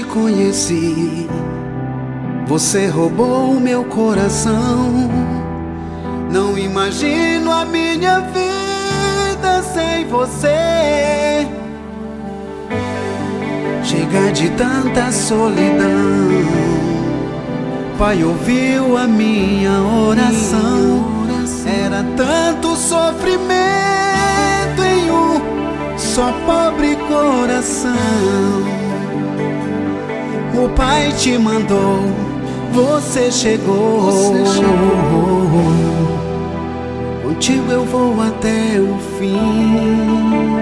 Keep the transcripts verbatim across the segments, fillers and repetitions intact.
conheci, você roubou o meu coração. Não imagino a minha vida sem você. Chega de tanta solidão, Pai ouviu a minha oração. Era tanto sofrimento em um só pobre coração. O Pai te mandou, você chegou, você chegou. Contigo eu vou até o fim.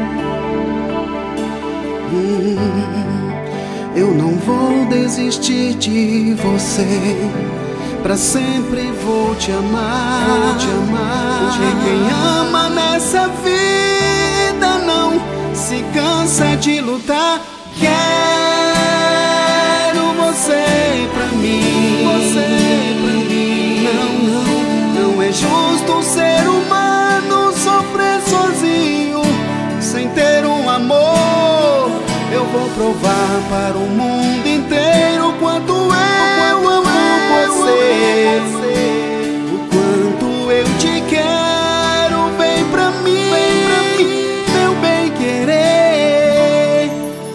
hum, Eu não vou desistir de você, pra sempre vou te amar, vou te amar. E quem ama nessa vida não se cansa de lutar. Quero você pra mim, você pra mim. Não, não, não é justo um ser humano sofrer sozinho, sem ter um amor. Eu vou provar para o mundo inteiro quanto eu amo você, o quanto eu te quero. Vem pra mim, vem pra mim, meu bem querer.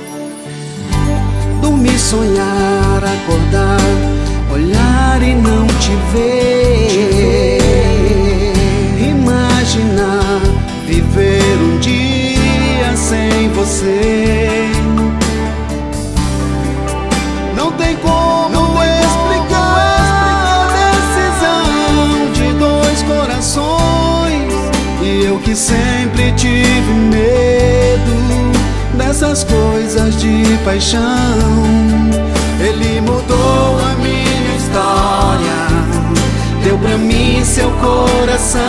Dormir, sonhar, acordar, olhar e não te ver. Imaginar viver um dia sem você. Não tem como não explicar a decisão de dois corações. E eu que sempre tive medo dessas coisas de paixão. Ele mudou a minha história, deu pra mim seu coração.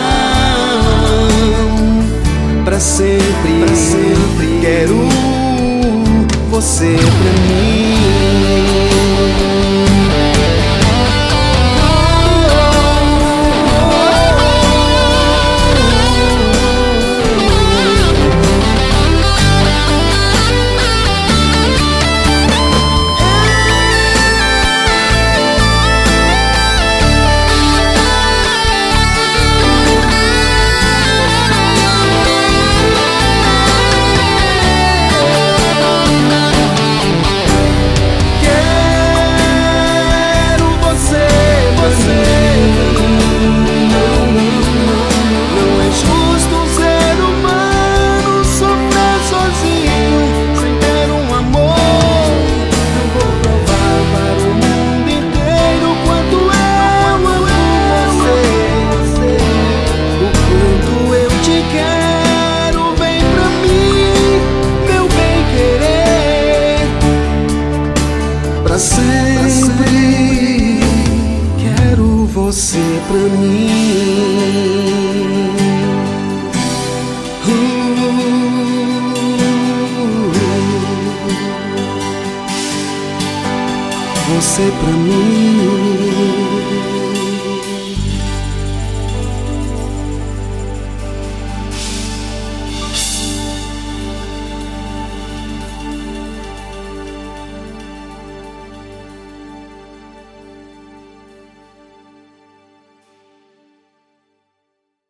Pra sempre, pra sempre quero você pra mim. Sempre quero você pra mim. uh, Você pra mim.